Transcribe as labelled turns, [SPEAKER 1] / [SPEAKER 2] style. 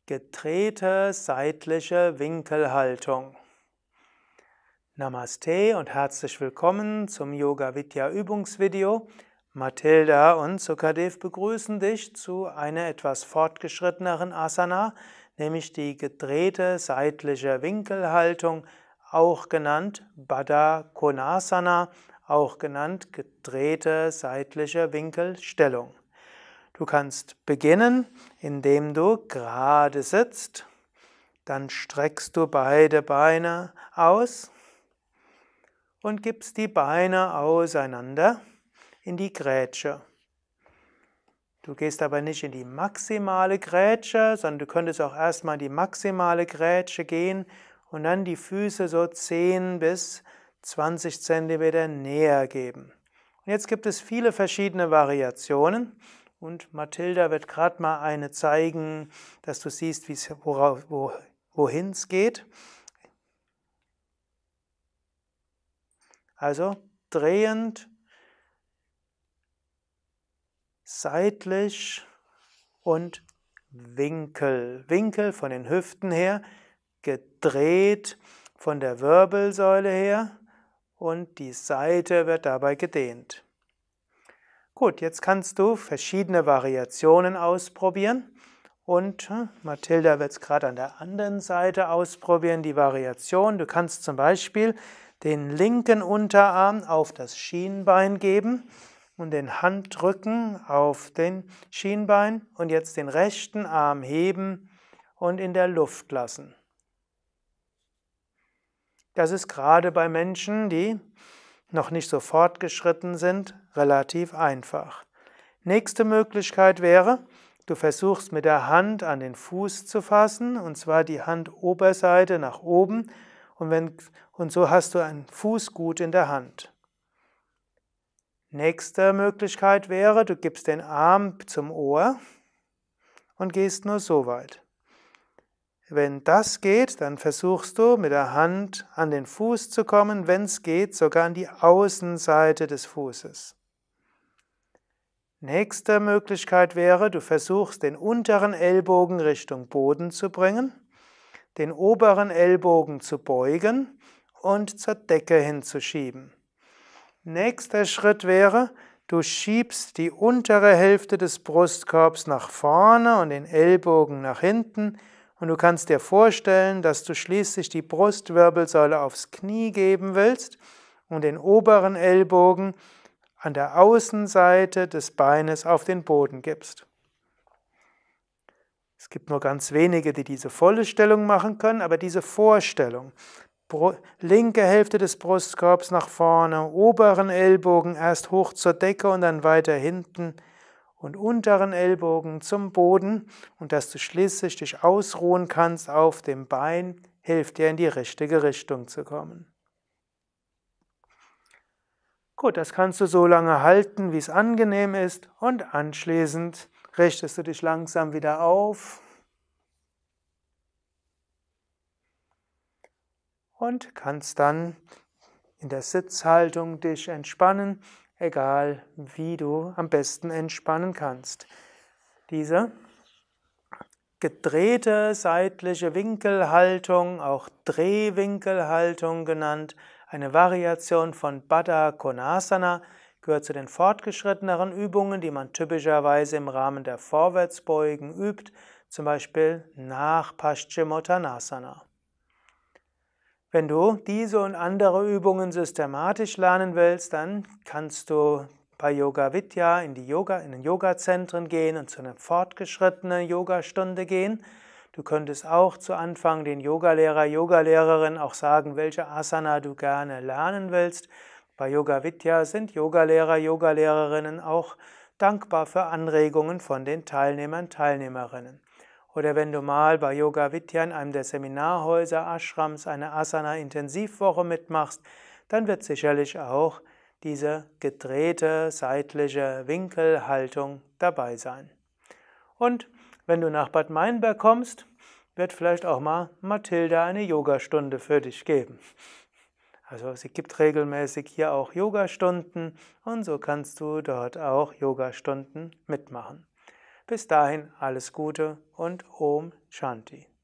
[SPEAKER 1] Gedrehte seitliche Winkelhaltung. Namaste und herzlich willkommen zum Yoga Vidya Übungsvideo. Mathilda und Sukadev begrüßen dich zu einer etwas fortgeschritteneren Asana, nämlich die gedrehte seitliche Winkelhaltung, auch genannt Baddha Konasana, auch genannt gedrehte seitliche Winkelstellung. Du kannst beginnen, indem du gerade sitzt, dann streckst du beide Beine aus und gibst die Beine auseinander in die Grätsche. Du gehst aber nicht in die maximale Grätsche, sondern du könntest auch erstmal in die maximale Grätsche gehen und dann die Füße so 10 bis 20 Zentimeter näher geben. Und jetzt gibt es viele verschiedene Variationen. Und Mathilda wird gerade mal eine zeigen, dass du siehst, wohin es geht. Also drehend, seitlich und Winkel. Winkel von den Hüften her, gedreht von der Wirbelsäule her und die Seite wird dabei gedehnt. Gut, jetzt kannst du verschiedene Variationen ausprobieren und Mathilda wird es gerade an der anderen Seite ausprobieren, die Variation. Du kannst zum Beispiel den linken Unterarm auf das Schienbein geben und den Handrücken auf den Schienbein und jetzt den rechten Arm heben und in der Luft lassen. Das ist gerade bei Menschen, die noch nicht so fortgeschritten sind, relativ einfach. Nächste Möglichkeit wäre, du versuchst mit der Hand an den Fuß zu fassen, und zwar die Handoberseite nach oben, und so hast du einen Fuß gut in der Hand. Nächste Möglichkeit wäre, du gibst den Arm zum Ohr und gehst nur so weit. Wenn das geht, dann versuchst du mit der Hand an den Fuß zu kommen, wenn es geht, sogar an die Außenseite des Fußes. Nächste Möglichkeit wäre, du versuchst den unteren Ellbogen Richtung Boden zu bringen, den oberen Ellbogen zu beugen und zur Decke hinzuschieben. Nächster Schritt wäre, du schiebst die untere Hälfte des Brustkorbs nach vorne und den Ellbogen nach hinten. Und du kannst dir vorstellen, dass du schließlich die Brustwirbelsäule aufs Knie geben willst und den oberen Ellbogen an der Außenseite des Beines auf den Boden gibst. Es gibt nur ganz wenige, die diese volle Stellung machen können, aber diese Vorstellung, linke Hälfte des Brustkorbs nach vorne, oberen Ellbogen erst hoch zur Decke und dann weiter hinten, und unteren Ellbogen zum Boden und dass du schließlich dich ausruhen kannst auf dem Bein, hilft dir in die richtige Richtung zu kommen. Gut, das kannst du so lange halten, wie es angenehm ist, und anschließend richtest du dich langsam wieder auf und kannst dann in der Sitzhaltung dich entspannen, egal wie du am besten entspannen kannst. Diese gedrehte seitliche Winkelhaltung, auch Drehwinkelhaltung genannt, eine Variation von Baddha Konasana, gehört zu den fortgeschritteneren Übungen, die man typischerweise im Rahmen der Vorwärtsbeugen übt, zum Beispiel nach Paschimottanasana. Wenn du diese und andere Übungen systematisch lernen willst, dann kannst du bei Yoga Vidya in den Yoga-Zentren gehen und zu einer fortgeschrittenen Yogastunde gehen. Du könntest auch zu Anfang den Yogalehrer, Yogalehrerin auch sagen, welche Asana du gerne lernen willst. Bei Yoga Vidya sind Yogalehrer, Yogalehrerinnen auch dankbar für Anregungen von den Teilnehmern, Teilnehmerinnen. Oder wenn du mal bei Yoga Vidya in einem der Seminarhäuser, Ashrams, eine Asana-Intensivwoche mitmachst, dann wird sicherlich auch diese gedrehte seitliche Winkelhaltung dabei sein. Und wenn du nach Bad Meinberg kommst, wird vielleicht auch mal Mathilda eine Yogastunde für dich geben. Also sie gibt regelmäßig hier auch Yogastunden und so kannst du dort auch Yogastunden mitmachen. Bis dahin alles Gute und Om Shanti.